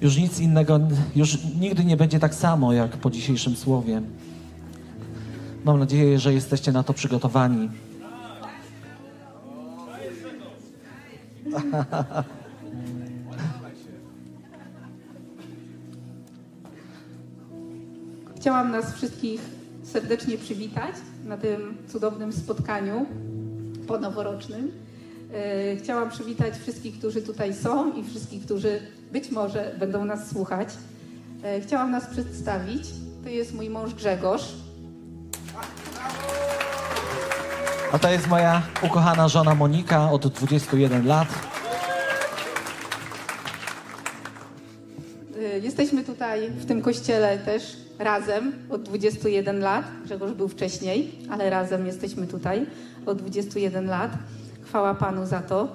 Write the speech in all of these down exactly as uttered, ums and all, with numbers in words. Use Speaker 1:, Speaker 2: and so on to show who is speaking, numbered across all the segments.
Speaker 1: Już nic innego, już nigdy nie będzie tak samo jak po dzisiejszym słowie. Mam nadzieję, że jesteście na to przygotowani.
Speaker 2: Chciałam nas wszystkich serdecznie przywitać na tym cudownym spotkaniu ponoworocznym. Chciałam przywitać wszystkich, którzy tutaj są i wszystkich, którzy być może będą nas słuchać. Chciałam nas przedstawić. To jest mój mąż Grzegorz.
Speaker 1: A to jest moja ukochana żona Monika od dwudziestu jeden lat.
Speaker 2: Jesteśmy tutaj w tym kościele też razem od dwudziestu jeden lat. Grzegorz był wcześniej, ale razem jesteśmy tutaj od dwudziestu jeden lat. Chwała Panu za to.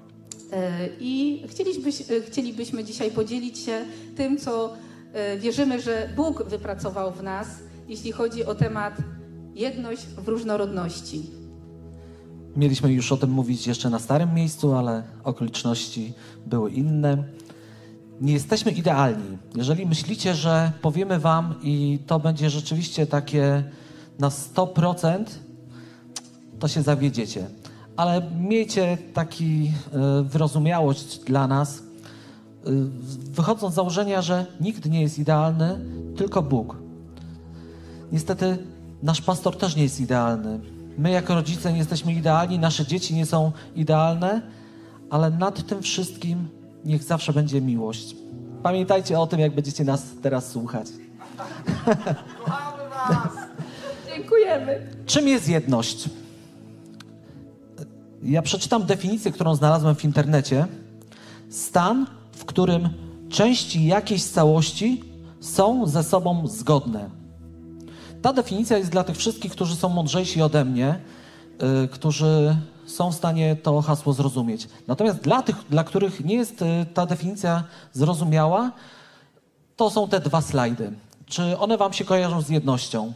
Speaker 2: I chcielibyśmy, chcielibyśmy dzisiaj podzielić się tym, co wierzymy, że Bóg wypracował w nas, jeśli chodzi o temat jedność w różnorodności.
Speaker 1: Mieliśmy już o tym mówić jeszcze na starym miejscu, ale okoliczności były inne. Nie jesteśmy idealni. Jeżeli myślicie, że powiemy wam i to będzie rzeczywiście takie na sto procent, to się zawiedziecie. Ale miejcie taki y, wyrozumiałość dla nas, y, wychodząc z założenia, że nikt nie jest idealny, tylko Bóg. Niestety nasz pastor też nie jest idealny. My jako rodzice nie jesteśmy idealni, nasze dzieci nie są idealne, ale nad tym wszystkim niech zawsze będzie miłość. Pamiętajcie o tym, jak będziecie nas teraz słuchać.
Speaker 2: Kochamy was! Dziękujemy.
Speaker 1: Czym jest jedność? Ja przeczytam definicję, którą znalazłem w internecie. Stan, w którym części jakiejś całości są ze sobą zgodne. Ta definicja jest dla tych wszystkich, którzy są mądrzejsi ode mnie, yy, którzy są w stanie to hasło zrozumieć. Natomiast dla tych, dla których nie jest yy, ta definicja zrozumiała, to są te dwa slajdy. Czy one wam się kojarzą z jednością?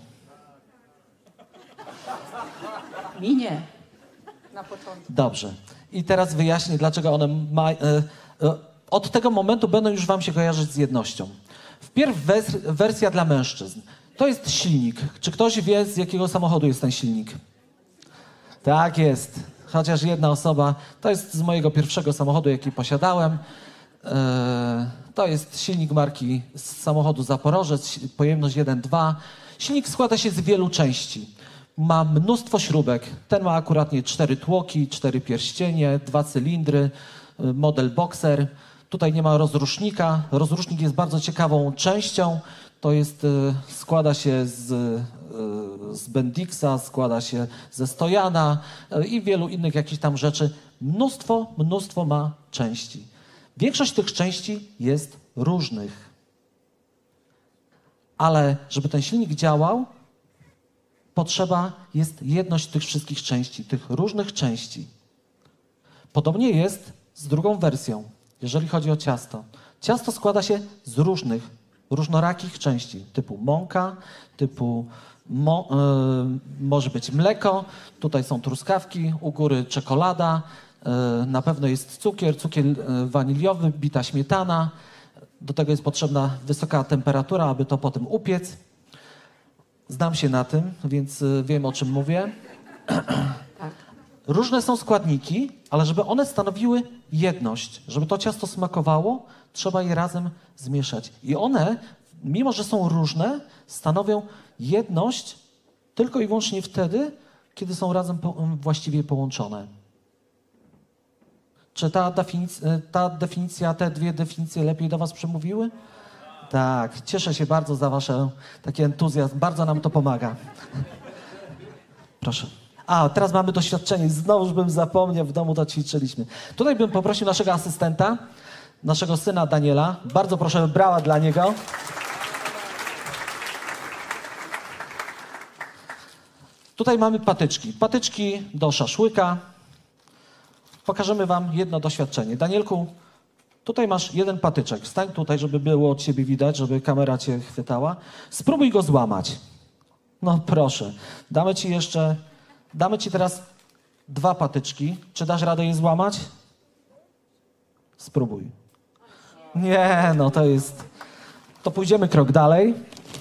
Speaker 2: Mi nie. Na początku.
Speaker 1: Dobrze. I teraz wyjaśnię, dlaczego one ma, yy, yy, od tego momentu będą już wam się kojarzyć z jednością. Wpierw wers wersja dla mężczyzn. To jest silnik. Czy ktoś wie, z jakiego samochodu jest ten silnik? Tak jest. Chociaż jedna osoba. To jest z mojego pierwszego samochodu, jaki posiadałem. Eee, to jest silnik marki z samochodu Zaporożec, pojemność jeden przecinek dwa. Silnik składa się z wielu części. Ma mnóstwo śrubek. Ten ma akuratnie cztery tłoki, cztery pierścienie, dwa cylindry, model Boxer. Tutaj nie ma rozrusznika. Rozrusznik jest bardzo ciekawą częścią. To jest, składa się z, z Bendixa, składa się ze Stojana i wielu innych jakichś tam rzeczy. Mnóstwo, mnóstwo ma części. Większość tych części jest różnych. Ale żeby ten silnik działał, potrzeba jest jedność tych wszystkich części, tych różnych części. Podobnie jest z drugą wersją, jeżeli chodzi o ciasto. Ciasto składa się z różnych, różnorakich części, typu mąka, typu mo, y, może być mleko, tutaj są truskawki, u góry czekolada, y, na pewno jest cukier, cukier waniliowy, bita śmietana. Do tego jest potrzebna wysoka temperatura, aby to potem upiec. Znam się na tym, więc y, wiem, o czym mówię.
Speaker 2: Tak.
Speaker 1: Różne są składniki, ale żeby one stanowiły jedność, żeby to ciasto smakowało, trzeba je razem zmieszać. I one, mimo że są różne, stanowią jedność tylko i wyłącznie wtedy, kiedy są razem po, właściwie połączone. Czy ta definicja, ta definicja, te dwie definicje lepiej do was przemówiły? Tak, cieszę się bardzo za wasz taki entuzjazm, bardzo nam to pomaga. Proszę. A, teraz mamy doświadczenie. Znowu bym zapomniał, w domu to ćwiczyliśmy. Tutaj bym poprosił naszego asystenta, naszego syna Daniela. Bardzo proszę, brawa dla niego. Tutaj mamy patyczki. Patyczki do szaszłyka. Pokażemy wam jedno doświadczenie. Danielku, tutaj masz jeden patyczek. Stań tutaj, żeby było od ciebie widać, żeby kamera cię chwytała. Spróbuj go złamać. No proszę. Damy ci jeszcze... Damy ci teraz dwa patyczki. Czy dasz radę je złamać? Spróbuj. Nie, no to jest... To pójdziemy krok dalej.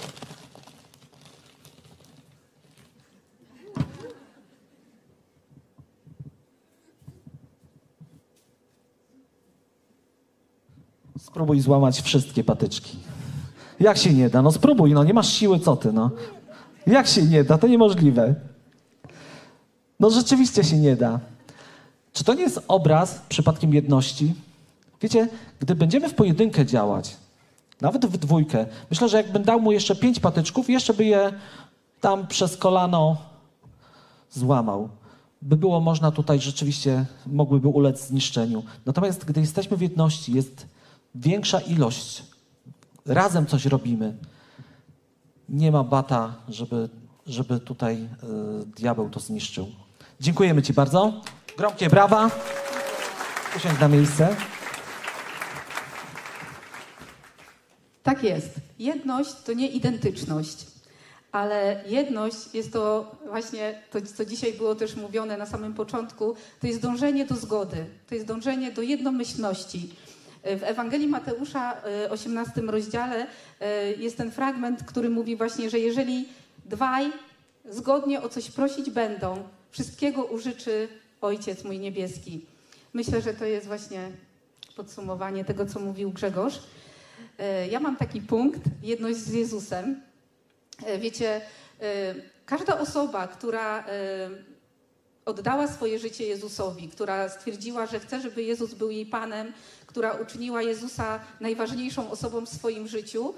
Speaker 1: Spróbuj złamać wszystkie patyczki. Jak się nie da? No spróbuj, no nie masz siły, co ty, no. Jak się nie da? To niemożliwe. No rzeczywiście się nie da. Czy to nie jest obraz przypadkiem jedności? Wiecie, gdy będziemy w pojedynkę działać, nawet w dwójkę, myślę, że jakbym dał mu jeszcze pięć patyczków, jeszcze by je tam przez kolano złamał. By było można tutaj rzeczywiście, mogłyby ulec zniszczeniu. Natomiast gdy jesteśmy w jedności, jest większa ilość, razem coś robimy, nie ma bata, żeby, żeby tutaj y, diabeł to zniszczył. Dziękujemy Ci bardzo. Gromkie brawa. Usiądź na miejsce.
Speaker 2: Tak jest. Jedność to nie identyczność, ale jedność jest to właśnie to, co dzisiaj było też mówione na samym początku, to jest dążenie do zgody, to jest dążenie do jednomyślności. W Ewangelii Mateusza, osiemnastym rozdziale, jest ten fragment, który mówi właśnie, że jeżeli dwaj zgodnie o coś prosić będą, wszystkiego użyczy Ojciec mój niebieski. Myślę, że to jest właśnie podsumowanie tego, co mówił Grzegorz. Ja mam taki punkt, jedność z Jezusem. Wiecie, każda osoba, która oddała swoje życie Jezusowi, która stwierdziła, że chce, żeby Jezus był jej Panem, która uczyniła Jezusa najważniejszą osobą w swoim życiu,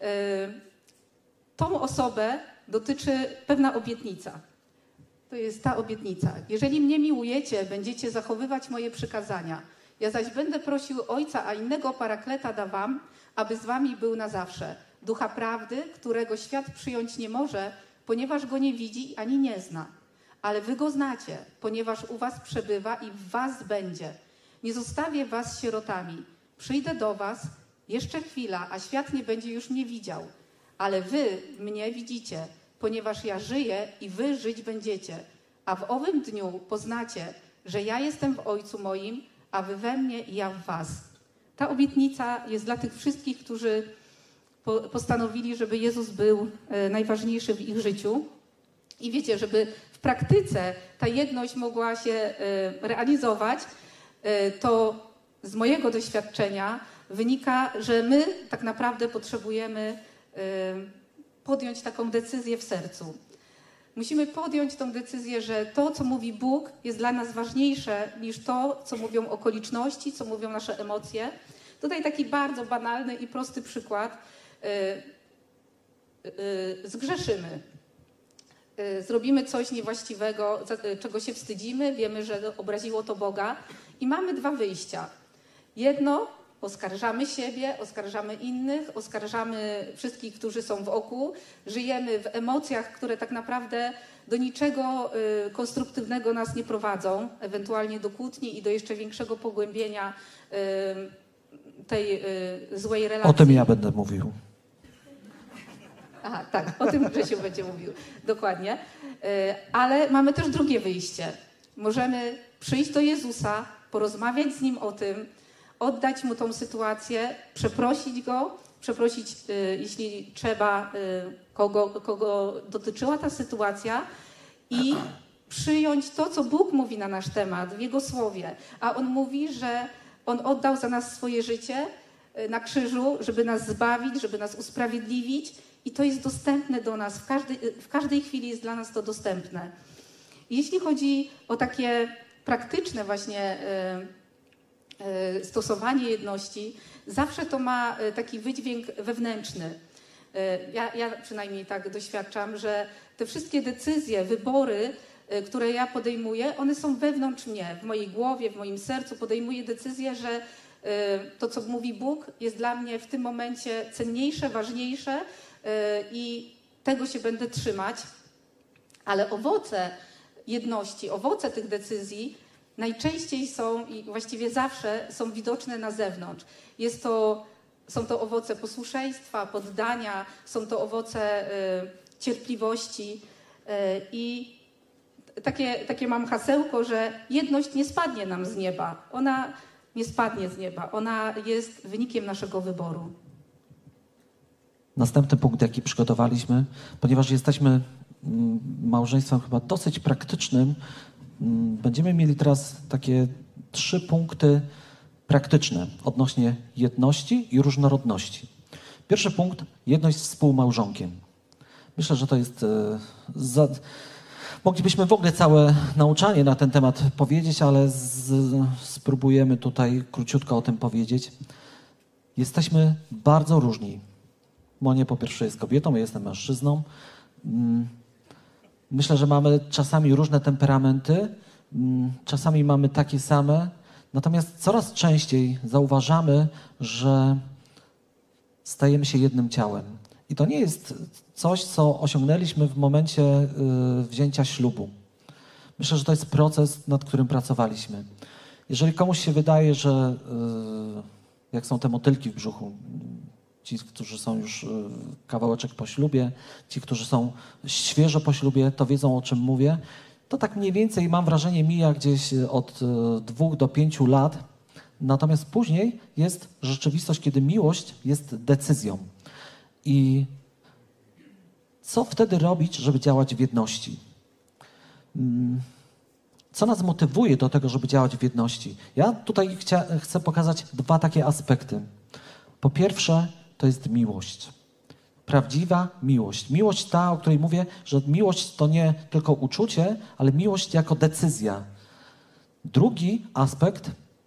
Speaker 2: tą osobę dotyczy pewna obietnica. To jest ta obietnica. Jeżeli mnie miłujecie, będziecie zachowywać moje przykazania. Ja zaś będę prosił Ojca, a innego Parakleta da wam, aby z wami był na zawsze. Ducha prawdy, którego świat przyjąć nie może, ponieważ go nie widzi ani nie zna. Ale wy go znacie, ponieważ u was przebywa i w was będzie. Nie zostawię was sierotami. Przyjdę do was, jeszcze chwila, a świat nie będzie już mnie widział. Ale wy mnie widzicie, ponieważ ja żyję i wy żyć będziecie. A w owym dniu poznacie, że ja jestem w Ojcu moim, a wy we mnie i ja w was. Ta obietnica jest dla tych wszystkich, którzy po, postanowili, żeby Jezus był e, najważniejszy w ich życiu. I wiecie, żeby w praktyce ta jedność mogła się e, realizować, e, to z mojego doświadczenia wynika, że my tak naprawdę potrzebujemy e, podjąć taką decyzję w sercu. Musimy podjąć tą decyzję, że to, co mówi Bóg, jest dla nas ważniejsze niż to, co mówią okoliczności, co mówią nasze emocje. Tutaj taki bardzo banalny i prosty przykład. Yy, yy, zgrzeszymy. Yy, zrobimy coś niewłaściwego, za, czego się wstydzimy, wiemy, że obraziło to Boga i mamy dwa wyjścia. Jedno, oskarżamy siebie, oskarżamy innych, oskarżamy wszystkich, którzy są wokół. Żyjemy w emocjach, które tak naprawdę do niczego y, konstruktywnego nas nie prowadzą, ewentualnie do kłótni i do jeszcze większego pogłębienia y, tej y, złej relacji.
Speaker 1: O tym ja będę mówił.
Speaker 2: Aha, tak, o tym Grzesiu będzie mówił, dokładnie. Y, ale mamy też drugie wyjście. Możemy przyjść do Jezusa, porozmawiać z Nim o tym, oddać Mu tą sytuację, przeprosić Go, przeprosić, y, jeśli trzeba, y, kogo, kogo dotyczyła ta sytuacja i przyjąć to, co Bóg mówi na nasz temat w Jego Słowie. A On mówi, że On oddał za nas swoje życie y, na krzyżu, żeby nas zbawić, żeby nas usprawiedliwić i to jest dostępne do nas. W każdej, w każdej chwili jest dla nas to dostępne. Jeśli chodzi o takie praktyczne właśnie y, stosowanie jedności, zawsze to ma taki wydźwięk wewnętrzny. Ja, ja przynajmniej tak doświadczam, że te wszystkie decyzje, wybory, które ja podejmuję, one są wewnątrz mnie, w mojej głowie, w moim sercu. Podejmuję decyzję, że to, co mówi Bóg, jest dla mnie w tym momencie cenniejsze, ważniejsze i tego się będę trzymać. Ale owoce jedności, owoce tych decyzji najczęściej są i właściwie zawsze są widoczne na zewnątrz. Jest to, są to owoce posłuszeństwa, poddania, są to owoce y, cierpliwości y, i takie, takie mam hasełko, że jedność nie spadnie nam z nieba. Ona nie spadnie z nieba. Ona jest wynikiem naszego wyboru.
Speaker 1: Następny punkt, jaki przygotowaliśmy, ponieważ jesteśmy mm, małżeństwem chyba dosyć praktycznym, mm, będziemy mieli teraz takie trzy punkty praktyczne odnośnie jedności i różnorodności. Pierwszy punkt, jedność z współmałżonkiem. Myślę, że to jest... E, za... Moglibyśmy w ogóle całe nauczanie na ten temat powiedzieć, ale z, spróbujemy tutaj króciutko o tym powiedzieć. Jesteśmy bardzo różni. Monia po pierwsze jest kobietą, ja jestem mężczyzną. Myślę, że mamy czasami różne temperamenty, czasami mamy takie same, natomiast coraz częściej zauważamy, że stajemy się jednym ciałem. I to nie jest coś, co osiągnęliśmy w momencie wzięcia ślubu. Myślę, że to jest proces, nad którym pracowaliśmy. Jeżeli komuś się wydaje, że jak są te motylki w brzuchu, ci, którzy są już kawałeczek po ślubie, ci, którzy są świeżo po ślubie, to wiedzą, o czym mówię. To tak mniej więcej, mam wrażenie, mija gdzieś od dwóch do pięciu lat. Natomiast później jest rzeczywistość, kiedy miłość jest decyzją. I co wtedy robić, żeby działać w jedności? Co nas motywuje do tego, żeby działać w jedności? Ja tutaj chcia, chcę pokazać dwa takie aspekty. Po pierwsze, to jest miłość. Prawdziwa miłość. Miłość ta, o której mówię, że miłość to nie tylko uczucie, ale miłość jako decyzja. Drugi aspekt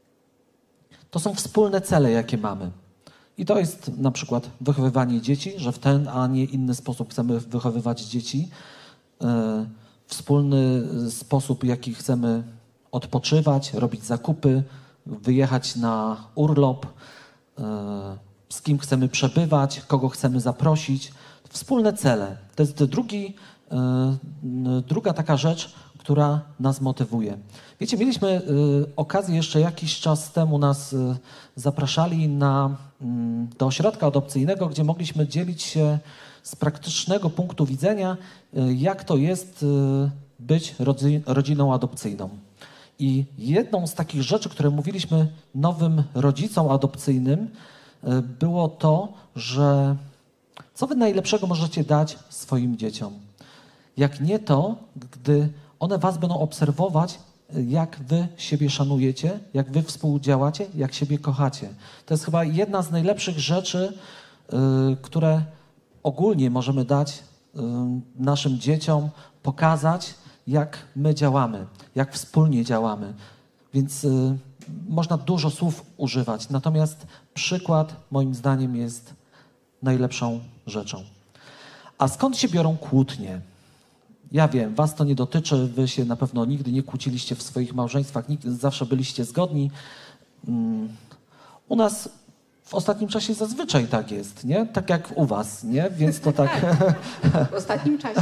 Speaker 1: to są wspólne cele, jakie mamy. I to jest na przykład wychowywanie dzieci, że w ten, a nie inny sposób chcemy wychowywać dzieci. Yy, wspólny sposób, jaki chcemy odpoczywać, robić zakupy, wyjechać na urlop, yy, z kim chcemy przebywać, kogo chcemy zaprosić. Wspólne cele. To jest drugi, yy, druga taka rzecz, która nas motywuje. Wiecie, mieliśmy y, okazję jeszcze jakiś czas temu nas y, zapraszali na, y, do ośrodka adopcyjnego, gdzie mogliśmy dzielić się z praktycznego punktu widzenia, y, jak to jest y, być rodzi, rodziną adopcyjną. I jedną z takich rzeczy, które mówiliśmy nowym rodzicom adopcyjnym, y, było to, że co wy najlepszego możecie dać swoim dzieciom? Jak nie to, gdy one was będą obserwować, jak wy siebie szanujecie, jak wy współdziałacie, jak siebie kochacie. To jest chyba jedna z najlepszych rzeczy, yy, które ogólnie możemy dać yy, naszym dzieciom, pokazać, jak my działamy, jak wspólnie działamy. Więc yy, można dużo słów używać, natomiast przykład moim zdaniem jest najlepszą rzeczą. A skąd się biorą kłótnie? Ja wiem, was to nie dotyczy, wy się na pewno nigdy nie kłóciliście w swoich małżeństwach, nigdy, zawsze byliście zgodni. Um, u nas w ostatnim czasie zazwyczaj tak jest, nie? Tak jak u was, nie? Więc to tak...
Speaker 2: W ostatnim czasie.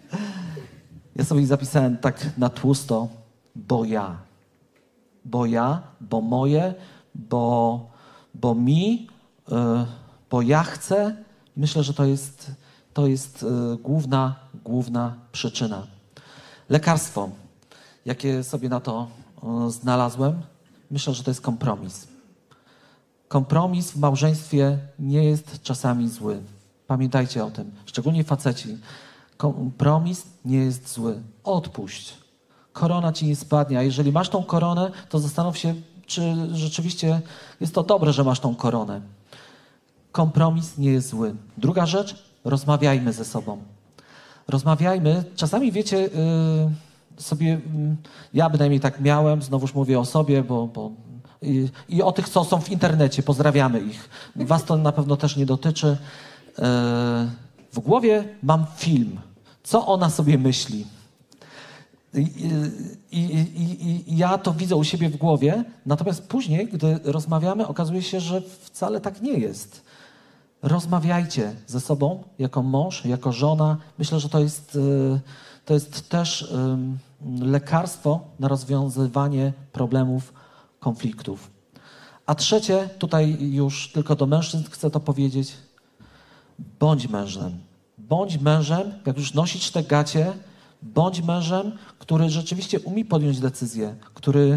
Speaker 1: Ja sobie zapisałem tak na tłusto, bo ja. Bo ja, bo moje, bo, bo mi, yy, bo ja chcę. Myślę, że to jest... To jest y, główna, główna przyczyna. Lekarstwo, jakie sobie na to y, znalazłem, myślę, że to jest kompromis. Kompromis w małżeństwie nie jest czasami zły. Pamiętajcie o tym, szczególnie faceci. Kompromis nie jest zły. Odpuść. Korona ci nie spadnie, a jeżeli masz tą koronę, to zastanów się, czy rzeczywiście jest to dobre, że masz tą koronę. Kompromis nie jest zły. Druga rzecz, rozmawiajmy ze sobą. Rozmawiajmy. Czasami, wiecie, yy, sobie, yy, ja bynajmniej tak miałem, znowuż mówię o sobie, bo, bo i, i o tych, co są w internecie. Pozdrawiamy ich. Was to na pewno też nie dotyczy. Yy, w głowie mam film. Co ona sobie myśli? I, i, i, I ja to widzę u siebie w głowie, natomiast później, gdy rozmawiamy, okazuje się, że wcale tak nie jest. Rozmawiajcie ze sobą jako mąż, jako żona. Myślę, że to jest, to jest też lekarstwo na rozwiązywanie problemów, konfliktów. A trzecie, tutaj już tylko do mężczyzn chcę to powiedzieć, bądź mężem. Bądź mężem, jak już nosić te gacie, bądź mężem, który rzeczywiście umie podjąć decyzję, który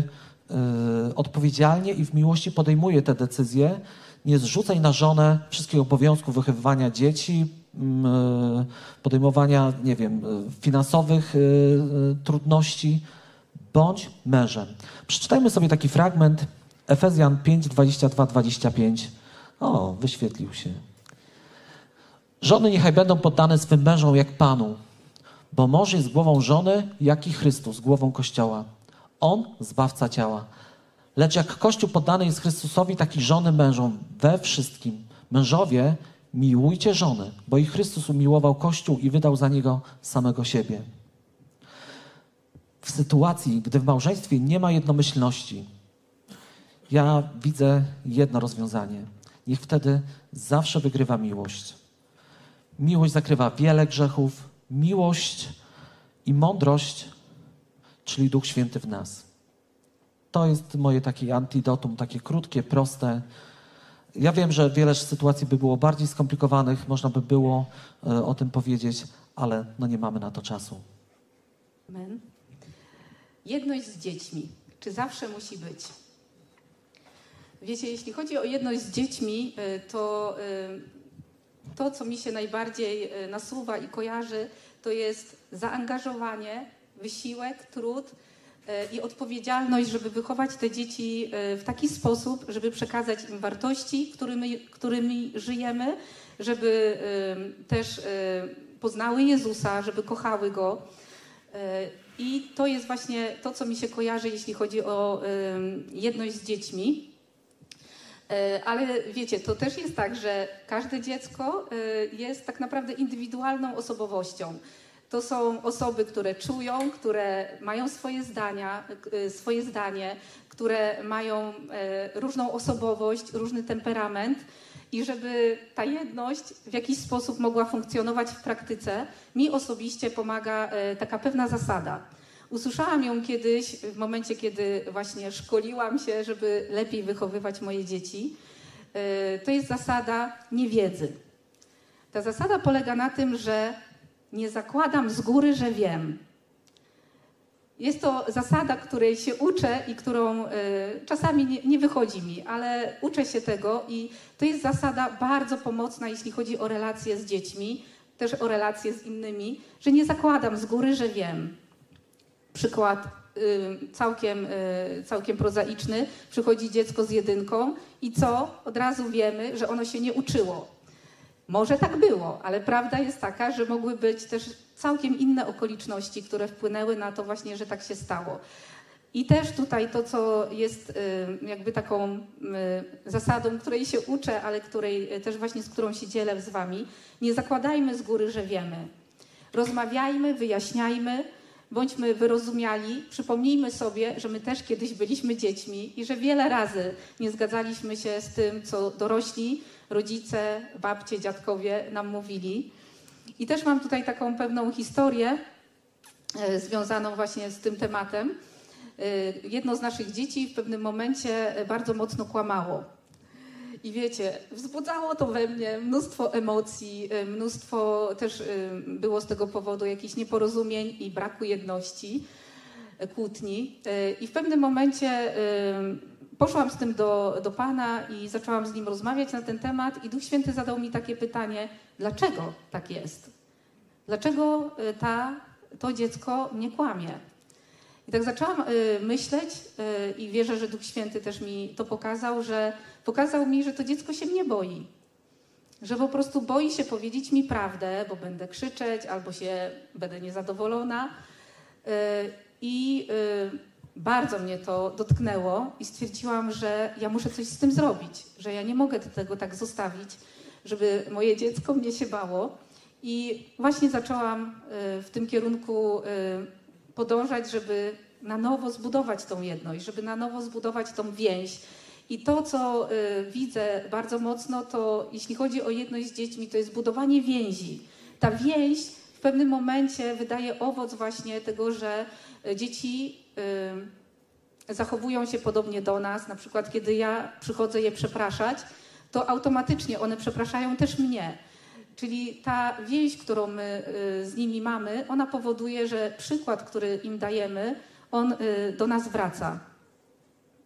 Speaker 1: y, odpowiedzialnie i w miłości podejmuje te decyzje. Nie zrzucaj na żonę wszystkich obowiązków wychowywania dzieci, y, podejmowania, nie wiem, finansowych y, y, trudności. Bądź mężem. Przeczytajmy sobie taki fragment, Efezjan pięć, dwadzieścia dwa, dwadzieścia pięć. O, wyświetlił się. Żony niechaj będą poddane swym mężom jak Panu, bo mąż jest głową żony, jak i Chrystus, głową Kościoła. On zbawca ciała. Lecz jak Kościół poddany jest Chrystusowi, tak i żony mężom we wszystkim. Mężowie, miłujcie żony, bo i Chrystus umiłował Kościół i wydał za niego samego siebie. W sytuacji, gdy w małżeństwie nie ma jednomyślności, ja widzę jedno rozwiązanie. Niech wtedy zawsze wygrywa miłość. Miłość zakrywa wiele grzechów. Miłość i mądrość, czyli Duch Święty w nas. To jest moje takie antidotum, takie krótkie, proste. Ja wiem, że wiele sytuacji by było bardziej skomplikowanych, można by było e, o tym powiedzieć, ale no nie mamy na to czasu.
Speaker 2: Amen. Jedność z dziećmi. Czy zawsze musi być? Wiecie, jeśli chodzi o jedność z dziećmi, to to, co mi się najbardziej nasuwa i kojarzy, to jest zaangażowanie, wysiłek, trud i odpowiedzialność, żeby wychować te dzieci w taki sposób, żeby przekazać im wartości, którymi, którymi żyjemy, żeby też poznały Jezusa, żeby kochały Go. I to jest właśnie to, co mi się kojarzy, jeśli chodzi o jedność z dziećmi. Ale wiecie, to też jest tak, że każde dziecko jest tak naprawdę indywidualną osobowością. To są osoby, które czują, które mają swoje zdania, swoje zdanie, które mają różną osobowość, różny temperament. I żeby ta jedność w jakiś sposób mogła funkcjonować w praktyce, mi osobiście pomaga taka pewna zasada. Usłyszałam ją kiedyś w momencie, kiedy właśnie szkoliłam się, żeby lepiej wychowywać moje dzieci. To jest zasada niewiedzy. Ta zasada polega na tym, że nie zakładam z góry, że wiem. Jest to zasada, której się uczę i którą y, czasami nie, nie wychodzi mi, ale uczę się tego i to jest zasada bardzo pomocna, jeśli chodzi o relacje z dziećmi, też o relacje z innymi, że nie zakładam z góry, że wiem. Przykład y, całkiem, y, całkiem prozaiczny. Przychodzi dziecko z jedynką i co? Od razu wiemy, że ono się nie uczyło. Może tak było, ale prawda jest taka, że mogły być też całkiem inne okoliczności, które wpłynęły na to właśnie, że tak się stało. I też tutaj to, co jest jakby taką zasadą, której się uczę, ale której też właśnie z którą się dzielę z wami, nie zakładajmy z góry, że wiemy. Rozmawiajmy, wyjaśniajmy, bądźmy wyrozumiali, przypomnijmy sobie, że my też kiedyś byliśmy dziećmi i że wiele razy nie zgadzaliśmy się z tym, co dorośli, rodzice, babcie, dziadkowie nam mówili. I też mam tutaj taką pewną historię e, związaną właśnie z tym tematem. E, jedno z naszych dzieci w pewnym momencie bardzo mocno kłamało. I wiecie, wzbudzało to we mnie mnóstwo emocji, e, mnóstwo też e, było z tego powodu jakichś nieporozumień i braku jedności, e, kłótni. E, I w pewnym momencie e, poszłam z tym do, do Pana i zaczęłam z Nim rozmawiać na ten temat i Duch Święty zadał mi takie pytanie, dlaczego tak jest? Dlaczego ta, to dziecko nie kłamie? I tak zaczęłam y, myśleć y, i wierzę, że Duch Święty też mi to pokazał, że pokazał mi, że to dziecko się mnie boi. Że po prostu boi się powiedzieć mi prawdę, bo będę krzyczeć albo się będę niezadowolona. Y, I y, bardzo mnie to dotknęło i stwierdziłam, że ja muszę coś z tym zrobić, że ja nie mogę tego tak zostawić, żeby moje dziecko mnie się bało. I właśnie zaczęłam w tym kierunku podążać, żeby na nowo zbudować tą jedność, żeby na nowo zbudować tą więź. I to, co widzę bardzo mocno, to jeśli chodzi o jedność z dziećmi, to jest budowanie więzi. Ta więź w pewnym momencie wydaje owoc właśnie tego, że dzieci zachowują się podobnie do nas. Na przykład, kiedy ja przychodzę je przepraszać, to automatycznie one przepraszają też mnie. Czyli ta więź, którą my z nimi mamy, ona powoduje, że przykład, który im dajemy, on do nas wraca.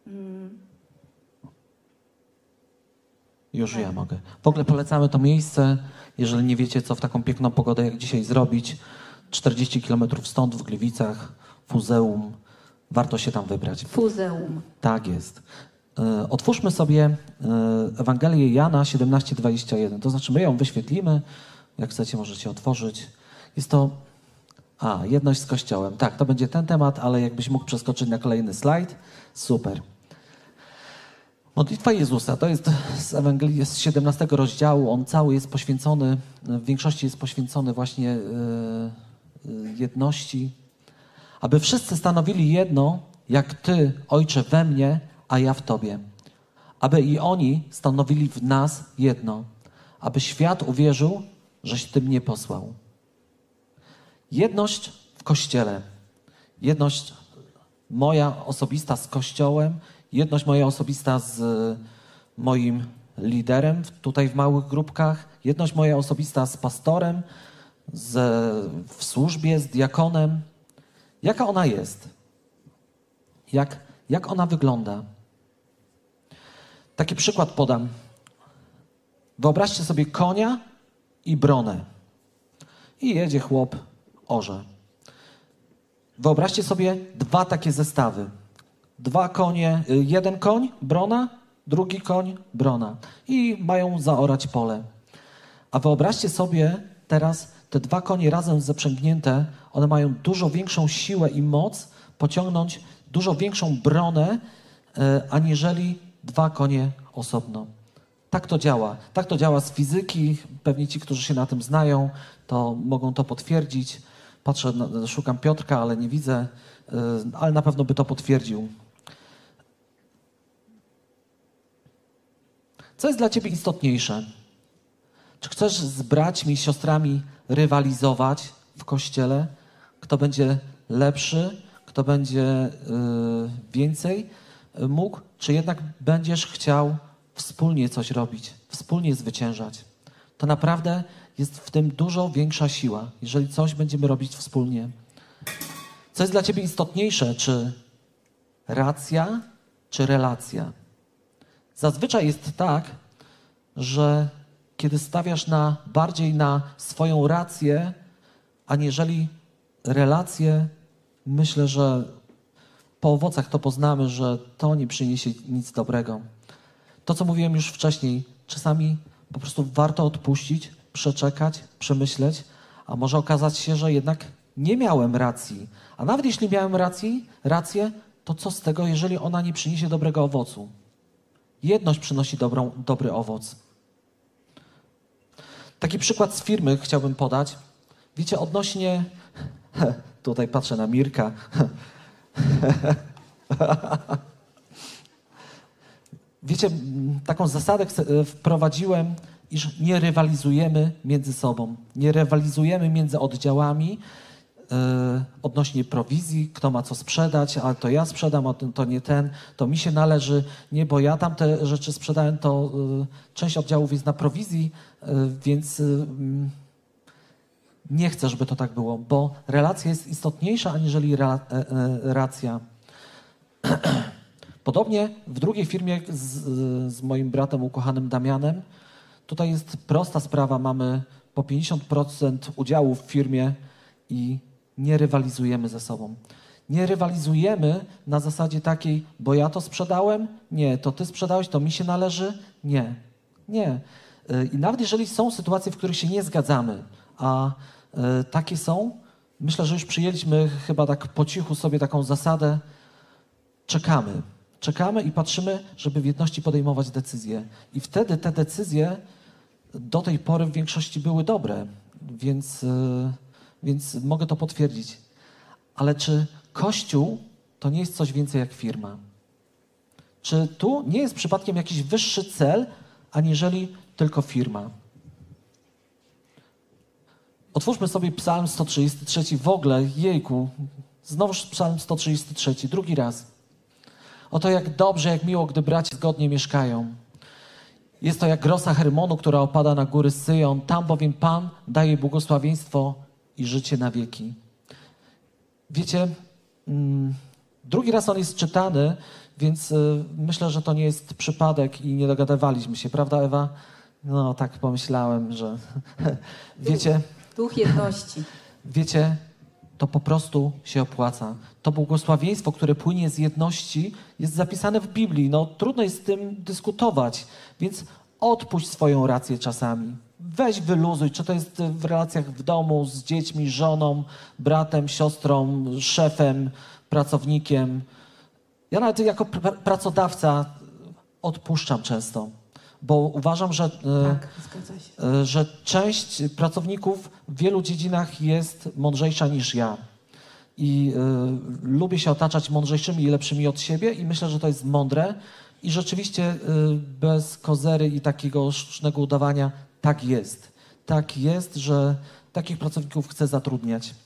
Speaker 1: Już ja mogę. W ogóle polecamy to miejsce, jeżeli nie wiecie, co w taką piękną pogodę jak dzisiaj zrobić. czterdzieści kilometrów stąd w Gliwicach, Fuzeum. Warto się tam wybrać.
Speaker 2: Fuzeum.
Speaker 1: Tak jest. E, Otwórzmy sobie e, Ewangelię Jana siedemnaście dwadzieścia jeden. To znaczy my ją wyświetlimy. Jak chcecie, możecie otworzyć. Jest to... A, jedność z Kościołem. Tak, to będzie ten temat, ale jakbyś mógł przeskoczyć na kolejny slajd. Super. Modlitwa Jezusa to jest z Ewangelii z siedemnastego rozdziału. On cały jest poświęcony, w większości jest poświęcony właśnie yy, yy, jedności. Aby wszyscy stanowili jedno, jak Ty, Ojcze, we mnie, a ja w Tobie. Aby i oni stanowili w nas jedno. Aby świat uwierzył, żeś Ty mnie posłał. Jedność w Kościele. Jedność moja osobista z Kościołem. Jedność moja osobista z moim liderem tutaj w małych grupkach. Jedność moja osobista z pastorem, z, w służbie, z diakonem. Jaka ona jest? Jak, jak ona wygląda? Taki przykład podam. Wyobraźcie sobie konia i bronę. I jedzie chłop, orze. Wyobraźcie sobie dwa takie zestawy. Dwa konie, jeden koń, brona, drugi koń, brona. I mają zaorać pole. A wyobraźcie sobie teraz te dwa konie razem zaprzęgnięte, one mają dużo większą siłę i moc pociągnąć dużo większą bronę, e, aniżeli dwa konie osobno. Tak to działa. Tak to działa z fizyki. Pewnie ci, którzy się na tym znają, to mogą to potwierdzić. Patrzę, na, szukam Piotrka, ale nie widzę, e, ale na pewno by to potwierdził. Co jest dla ciebie istotniejsze? Czy chcesz z braćmi i siostrami rywalizować w Kościele? Kto będzie lepszy? Kto będzie y, więcej mógł? Czy jednak będziesz chciał wspólnie coś robić? Wspólnie zwyciężać? To naprawdę jest w tym dużo większa siła, jeżeli coś będziemy robić wspólnie. Co jest dla ciebie istotniejsze? Czy racja, czy relacja? Zazwyczaj jest tak, że kiedy stawiasz na, bardziej na swoją rację, aniżeli relacje, myślę, że po owocach to poznamy, że to nie przyniesie nic dobrego. To, co mówiłem już wcześniej, czasami po prostu warto odpuścić, przeczekać, przemyśleć, a może okazać się, że jednak nie miałem racji. A nawet jeśli miałem racji, rację, to co z tego, jeżeli ona nie przyniesie dobrego owocu? Jedność przynosi dobrą, dobry owoc. Taki przykład z firmy chciałbym podać. Wiecie, odnośnie... Tutaj patrzę na Mirka. Wiecie, taką zasadę wprowadziłem, iż nie rywalizujemy między sobą. Nie rywalizujemy między oddziałami yy, odnośnie prowizji, kto ma co sprzedać, a to ja sprzedam, a to nie ten, to mi się należy. Nie, bo ja tam te rzeczy sprzedałem, to yy, część oddziałów jest na prowizji, yy, więc yy, nie chcę, żeby to tak było, bo relacja jest istotniejsza aniżeli ra, yy, racja. Podobnie w drugiej firmie z, z moim bratem ukochanym Damianem, tutaj jest prosta sprawa, mamy po pięćdziesiąt procent udziału w firmie i nie rywalizujemy ze sobą. Nie rywalizujemy na zasadzie takiej, bo ja to sprzedałem? Nie. To ty sprzedałeś, to mi się należy? Nie. Nie. I nawet jeżeli są sytuacje, w których się nie zgadzamy, a y, takie są, myślę, że już przyjęliśmy chyba tak po cichu sobie taką zasadę, czekamy. Czekamy i patrzymy, żeby w jedności podejmować decyzje. I wtedy te decyzje do tej pory w większości były dobre, więc, yy, więc mogę to potwierdzić. Ale czy Kościół to nie jest coś więcej jak firma? Czy tu nie jest przypadkiem jakiś wyższy cel, aniżeli tylko firma? Otwórzmy sobie Psalm sto trzydziesty trzeci. W ogóle, jejku, znowuż Psalm sto trzydziesty trzeci, drugi raz. Oto jak dobrze, jak miło, gdy bracia zgodnie mieszkają. Jest to jak rosa Hermonu, która opada na góry Syjon. Tam bowiem Pan daje błogosławieństwo i życie na wieki. Wiecie, mm, drugi raz on jest czytany Więc y, myślę, że to nie jest przypadek i nie dogadywaliśmy się, prawda Ewa? No tak pomyślałem, że wiecie,
Speaker 2: Duch jedności.
Speaker 1: wiecie, to po prostu się opłaca. To błogosławieństwo, które płynie z jedności, jest zapisane w Biblii. No trudno jest z tym dyskutować, więc odpuść swoją rację czasami. Weź wyluzuj, czy to jest w relacjach w domu, z dziećmi, żoną, bratem, siostrą, szefem, pracownikiem. Ja nawet jako pr- pracodawca odpuszczam często, bo uważam, że, e,
Speaker 2: Tak, zgadza się.
Speaker 1: e, że część pracowników w wielu dziedzinach jest mądrzejsza niż ja. I e, lubię się otaczać mądrzejszymi i lepszymi od siebie i myślę, że to jest mądre. I rzeczywiście e, bez kozery i takiego sztucznego udawania tak jest. Tak jest, że takich pracowników chcę zatrudniać.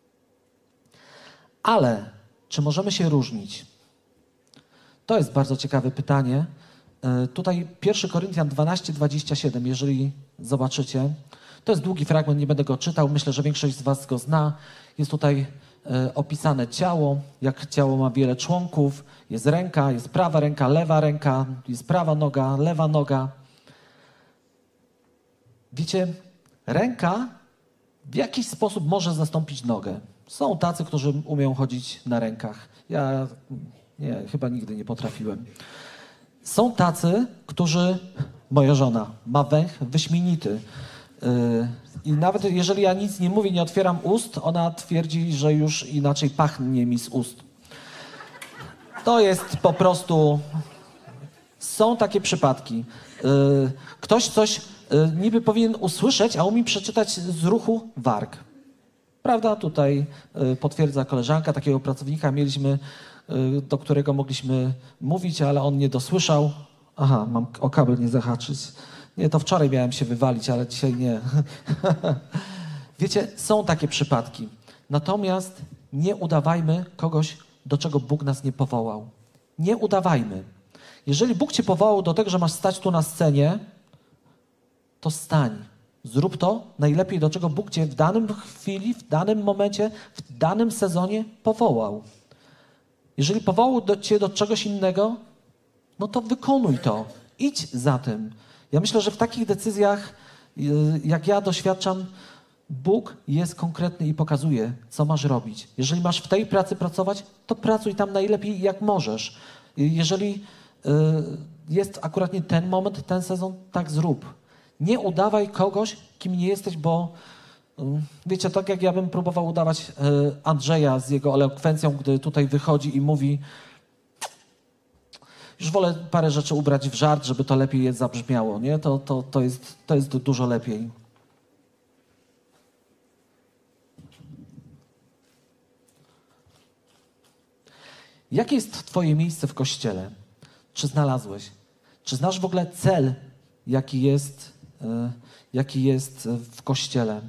Speaker 1: Ale czy możemy się różnić? To jest bardzo ciekawe pytanie. E, Tutaj pierwszy Koryntian dwanaście, dwadzieścia siedem, jeżeli zobaczycie. To jest długi fragment, nie będę go czytał. Myślę, że większość z was go zna. Jest tutaj e, opisane ciało, jak ciało ma wiele członków. Jest ręka, jest prawa ręka, lewa ręka, jest prawa noga, lewa noga. Wiecie, ręka w jakiś sposób może zastąpić nogę. Są tacy, którzy umieją chodzić na rękach. Ja nie, chyba nigdy nie potrafiłem. Są tacy, którzy... Moja żona ma węch wyśmienity. Yy, I nawet jeżeli ja nic nie mówię, nie otwieram ust, ona twierdzi, że już inaczej pachnie mi z ust. To jest po prostu... Są takie przypadki. Yy, Ktoś coś yy, niby powinien usłyszeć, a umie przeczytać z ruchu warg. Prawda? Tutaj yy, potwierdza koleżanka, takiego pracownika mieliśmy, yy, do którego mogliśmy mówić, ale on nie dosłyszał. Aha, mam o kabel nie zahaczyć. Nie, to wczoraj miałem się wywalić, ale dzisiaj nie. Wiecie, są takie przypadki. Natomiast nie udawajmy kogoś, do czego Bóg nas nie powołał. Nie udawajmy. Jeżeli Bóg cię powołał do tego, że masz stać tu na scenie, to stań. Zrób to najlepiej, do czego Bóg cię w danym chwili, w danym momencie, w danym sezonie powołał. Jeżeli powołał do, cię do czegoś innego, no to wykonuj to. Idź za tym. Ja myślę, że w takich decyzjach, jak ja doświadczam, Bóg jest konkretny i pokazuje, co masz robić. Jeżeli masz w tej pracy pracować, to pracuj tam najlepiej, jak możesz. Jeżeli jest akurat nie ten moment, ten sezon, tak zrób. Nie udawaj kogoś, kim nie jesteś, bo wiecie, tak jak ja bym próbował udawać Andrzeja z jego elokwencją, gdy tutaj wychodzi i mówi: już wolę parę rzeczy ubrać w żart, żeby to lepiej zabrzmiało, nie? To, to, to, jest, to jest dużo lepiej. Jakie jest twoje miejsce w Kościele? Czy znalazłeś? Czy znasz w ogóle cel, jaki jest, y, jaki jest w Kościele?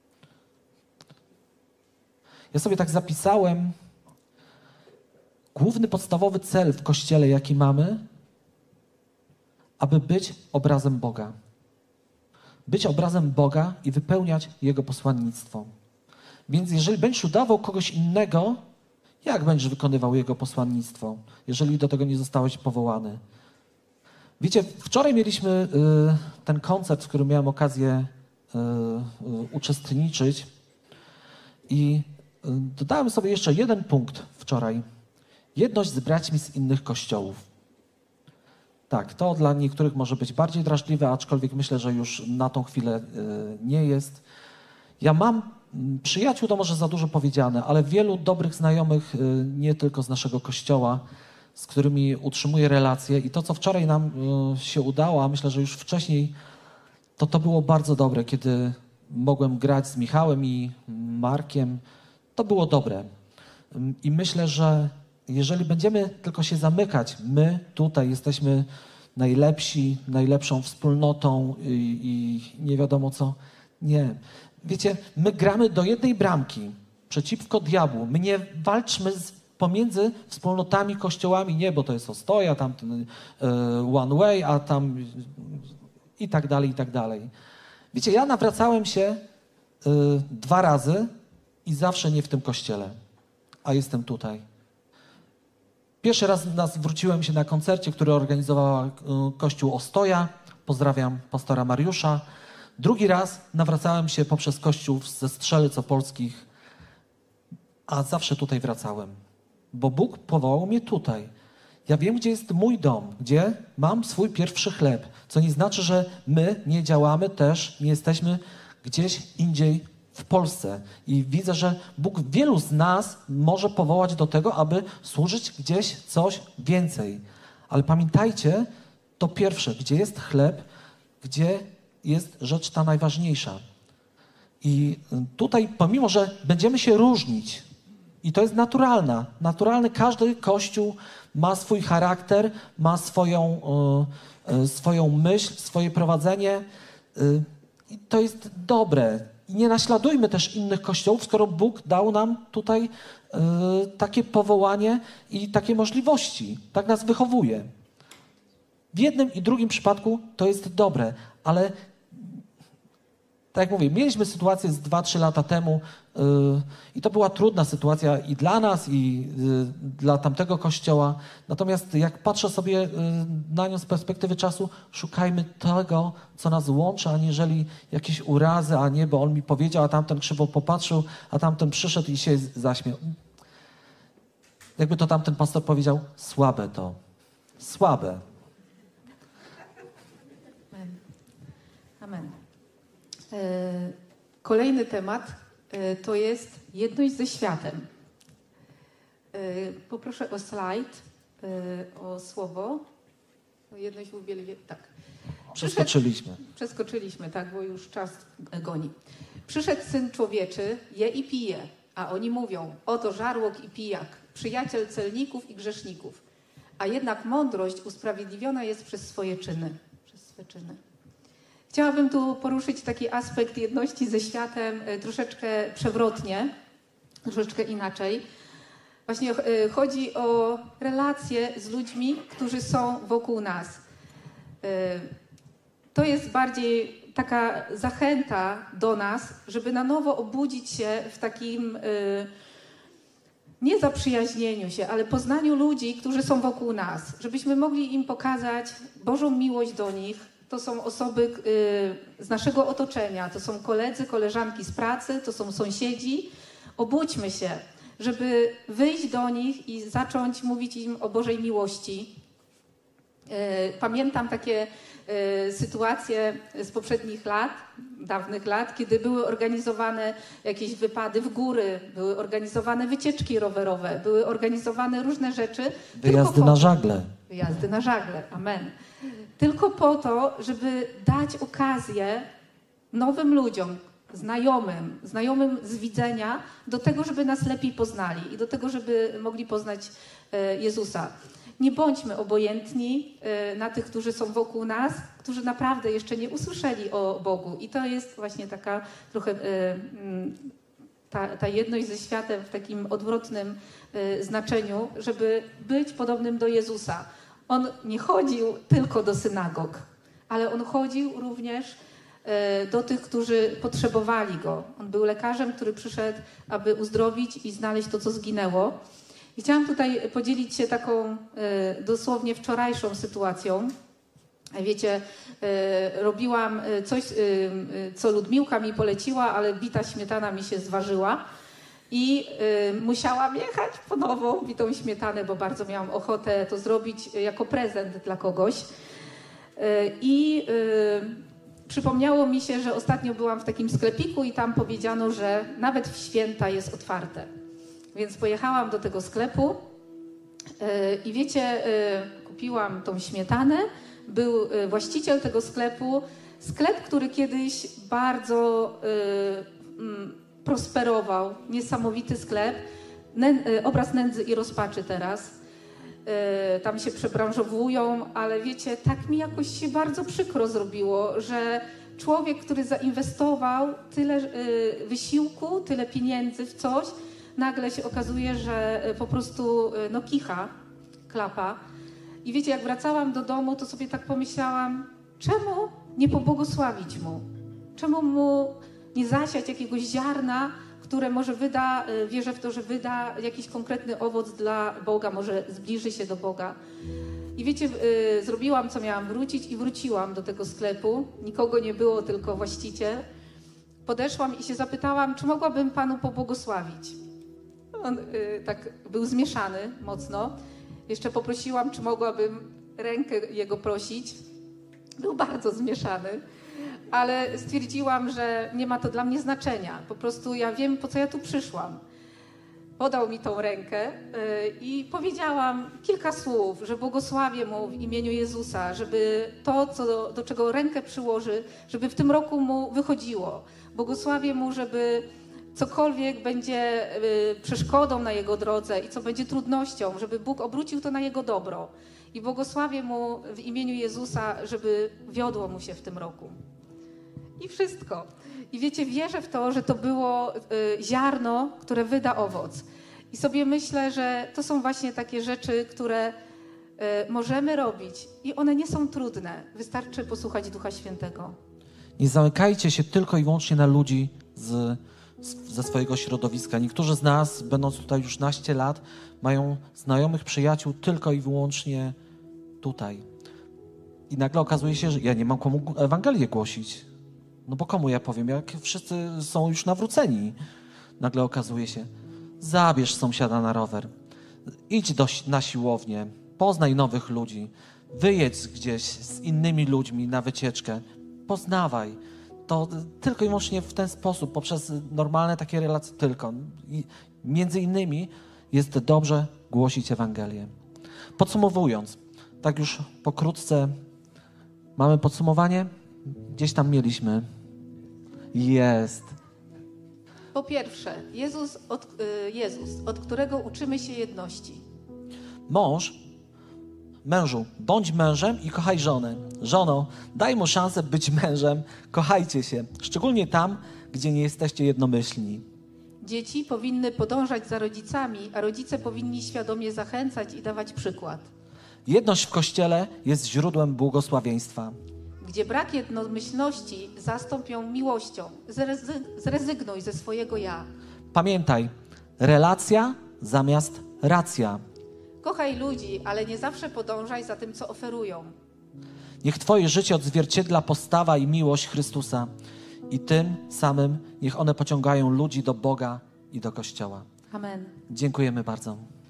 Speaker 1: Ja sobie tak zapisałem, główny, podstawowy cel w Kościele, jaki mamy, aby być obrazem Boga. Być obrazem Boga i wypełniać Jego posłannictwo. Więc jeżeli będziesz udawał kogoś innego, jak będziesz wykonywał Jego posłannictwo, jeżeli do tego nie zostałeś powołany? Wiecie, wczoraj mieliśmy y, ten koncert, w którym miałem okazję y, y, uczestniczyć i y, dodałem sobie jeszcze jeden punkt wczoraj. Jedność z braćmi z innych kościołów. Tak, to dla niektórych może być bardziej drażliwe, aczkolwiek myślę, że już na tą chwilę y, nie jest. Ja mam przyjaciół, to może za dużo powiedziane, ale wielu dobrych znajomych, y, nie tylko z naszego kościoła, z którymi utrzymuję relacje i to, co wczoraj nam y, się udało, a myślę, że już wcześniej, to to było bardzo dobre, kiedy mogłem grać z Michałem i Markiem. To było dobre. I myślę, że jeżeli będziemy tylko się zamykać, my tutaj jesteśmy najlepsi, najlepszą wspólnotą i, i nie wiadomo co. Nie. Wiecie, my gramy do jednej bramki przeciwko diabłu. My nie walczmy z, pomiędzy wspólnotami, kościołami. Nie, bo to jest Ostoja, tam ten y, One Way, a tam y, i tak dalej, i tak dalej. Wiecie, ja nawracałem się y, dwa razy i zawsze nie w tym kościele, a jestem tutaj. Pierwszy raz nas zwróciłem się na koncercie, który organizowała y, Kościół Ostoja. Pozdrawiam pastora Mariusza. Drugi raz nawracałem się poprzez Kościół ze Strzelec Opolskich, a zawsze tutaj wracałem, bo Bóg powołał mnie tutaj. Ja wiem, gdzie jest mój dom, gdzie mam swój pierwszy chleb, co nie znaczy, że my nie działamy też, nie jesteśmy gdzieś indziej w Polsce. I widzę, że Bóg wielu z nas może powołać do tego, aby służyć gdzieś coś więcej. Ale pamiętajcie, to pierwsze, gdzie jest chleb, gdzie jest rzecz ta najważniejsza. I tutaj, pomimo że będziemy się różnić, i to jest naturalne, naturalny, każdy kościół ma swój charakter, ma swoją, y, y, swoją myśl, swoje prowadzenie y, i to jest dobre. I nie naśladujmy też innych kościołów, skoro Bóg dał nam tutaj y, takie powołanie i takie możliwości. Tak nas wychowuje. W jednym i drugim przypadku to jest dobre, ale tak jak mówię, mieliśmy sytuację z dwa trzy lata temu yy, i to była trudna sytuacja i dla nas, i yy, dla tamtego kościoła. Natomiast jak patrzę sobie yy, na nią z perspektywy czasu, szukajmy tego, co nas łączy, aniżeli jakieś urazy, a nie, bo on mi powiedział, a tamten krzywo popatrzył, a tamten przyszedł i się zaśmiał. Jakby to tamten pastor powiedział, słabe to. Słabe.
Speaker 2: Amen. Amen. Kolejny temat to jest jedność ze światem. Poproszę o slajd, o słowo. Jedność w uwielbieniu. Tak.
Speaker 1: Przeskoczyliśmy.
Speaker 2: Przyszedł, przeskoczyliśmy, tak, bo już czas goni. Przyszedł Syn Człowieczy, je i pije, a oni mówią, oto żarłok i pijak, przyjaciel celników i grzeszników. A jednak mądrość usprawiedliwiona jest przez swoje czyny. Przez swe czyny. Chciałabym tu poruszyć taki aspekt jedności ze światem troszeczkę przewrotnie, troszeczkę inaczej. Właśnie chodzi o relacje z ludźmi, którzy są wokół nas. To jest bardziej taka zachęta do nas, żeby na nowo obudzić się w takim nie zaprzyjaźnieniu się, ale poznaniu ludzi, którzy są wokół nas. Żebyśmy mogli im pokazać Bożą miłość do nich. To są osoby y, z naszego otoczenia, to są koledzy, koleżanki z pracy, to są sąsiedzi. Obudźmy się, żeby wyjść do nich i zacząć mówić im o Bożej miłości. Y, pamiętam takie y, sytuacje z poprzednich lat, dawnych lat, kiedy były organizowane jakieś wypady w góry, były organizowane wycieczki rowerowe, były organizowane różne rzeczy.
Speaker 1: Wyjazdy na żagle.
Speaker 2: Wyjazdy na żagle, amen. Tylko po to, żeby dać okazję nowym ludziom, znajomym, znajomym z widzenia, do tego, żeby nas lepiej poznali i do tego, żeby mogli poznać Jezusa. Nie bądźmy obojętni na tych, którzy są wokół nas, którzy naprawdę jeszcze nie usłyszeli o Bogu. I to jest właśnie taka trochę ta, ta jedność ze światem w takim odwrotnym znaczeniu, żeby być podobnym do Jezusa. On nie chodził tylko do synagog, ale on chodził również do tych, którzy potrzebowali go. On był lekarzem, który przyszedł, aby uzdrowić i znaleźć to, co zginęło. I chciałam tutaj podzielić się taką dosłownie wczorajszą sytuacją. Wiecie, robiłam coś, co Ludmiłka mi poleciła, ale bita śmietana mi się zważyła. I y, musiałam jechać po nową bitą śmietanę, bo bardzo miałam ochotę to zrobić jako prezent dla kogoś. Y, I y, przypomniało mi się, że ostatnio byłam w takim sklepiku i tam powiedziano, że nawet w święta jest otwarte. Więc pojechałam do tego sklepu y, i wiecie, y, kupiłam tą śmietanę. Był y, właściciel tego sklepu. Sklep, który kiedyś bardzo... Y, y, prosperował, niesamowity sklep, Nę, obraz nędzy i rozpaczy teraz. Yy, tam się przebranżowują, ale wiecie, tak mi jakoś się bardzo przykro zrobiło, że człowiek, który zainwestował tyle yy, wysiłku, tyle pieniędzy w coś, nagle się okazuje, że yy, po prostu yy, no kicha, klapa. I wiecie, jak wracałam do domu, to sobie tak pomyślałam, czemu nie pobłogosławić mu? Czemu mu nie zasiać jakiegoś ziarna które może wyda, y, wierzę w to, że wyda jakiś konkretny owoc dla Boga, może zbliży się do Boga. I wiecie, y, zrobiłam, co miałam wrócić i wróciłam do tego sklepu. Nikogo nie było, tylko właściciel. Podeszłam i się zapytałam, czy mogłabym Panu pobłogosławić. On y, tak był zmieszany mocno. Jeszcze poprosiłam, czy mogłabym rękę jego prosić. Był bardzo zmieszany, ale stwierdziłam, że nie ma to dla mnie znaczenia. Po prostu ja wiem, po co ja tu przyszłam. Podał mi tą rękę y, i powiedziałam kilka słów, że błogosławię mu w imieniu Jezusa, żeby to, co do, do czego rękę przyłoży, żeby w tym roku mu wychodziło. Błogosławię mu, żeby cokolwiek będzie y, przeszkodą na jego drodze i co będzie trudnością, żeby Bóg obrócił to na jego dobro. I błogosławię mu w imieniu Jezusa, żeby wiodło mu się w tym roku. I wszystko. I wiecie, wierzę w to, że to było y, ziarno, które wyda owoc. I sobie myślę, że to są właśnie takie rzeczy, które y, możemy robić i one nie są trudne. Wystarczy posłuchać Ducha Świętego.
Speaker 1: Nie zamykajcie się tylko i wyłącznie na ludzi z, z, ze swojego środowiska. Niektórzy z nas, będąc tutaj już naście lat, mają znajomych, przyjaciół tylko i wyłącznie tutaj. I nagle okazuje się, że ja nie mam komu Ewangelię głosić. No bo komu ja powiem, jak wszyscy są już nawróceni? Nagle okazuje się, zabierz sąsiada na rower, idź do, na siłownię, poznaj nowych ludzi, wyjedź gdzieś z innymi ludźmi na wycieczkę, poznawaj. To tylko i wyłącznie w ten sposób, poprzez normalne takie relacje tylko. I między innymi jest dobrze głosić Ewangelię. Podsumowując, tak już pokrótce, mamy podsumowanie? Gdzieś tam mieliśmy. Jest.
Speaker 2: Po pierwsze, Jezus od, y, Jezus, od którego uczymy się jedności.
Speaker 1: Mąż, mężu, bądź mężem i kochaj żonę. Żono, daj mu szansę być mężem, kochajcie się. Szczególnie tam, gdzie nie jesteście jednomyślni.
Speaker 2: Dzieci powinny podążać za rodzicami, a rodzice powinni świadomie zachęcać i dawać przykład.
Speaker 1: Jedność w Kościele jest źródłem błogosławieństwa.
Speaker 2: Gdzie brak jednomyślności, zastąp ją miłością. Zrezy- zrezygnuj ze swojego ja.
Speaker 1: Pamiętaj, relacja zamiast racja.
Speaker 2: Kochaj ludzi, ale nie zawsze podążaj za tym, co oferują.
Speaker 1: Niech Twoje życie odzwierciedla postawa i miłość Chrystusa i tym samym niech one pociągają ludzi do Boga i do Kościoła.
Speaker 2: Amen.
Speaker 1: Dziękujemy bardzo.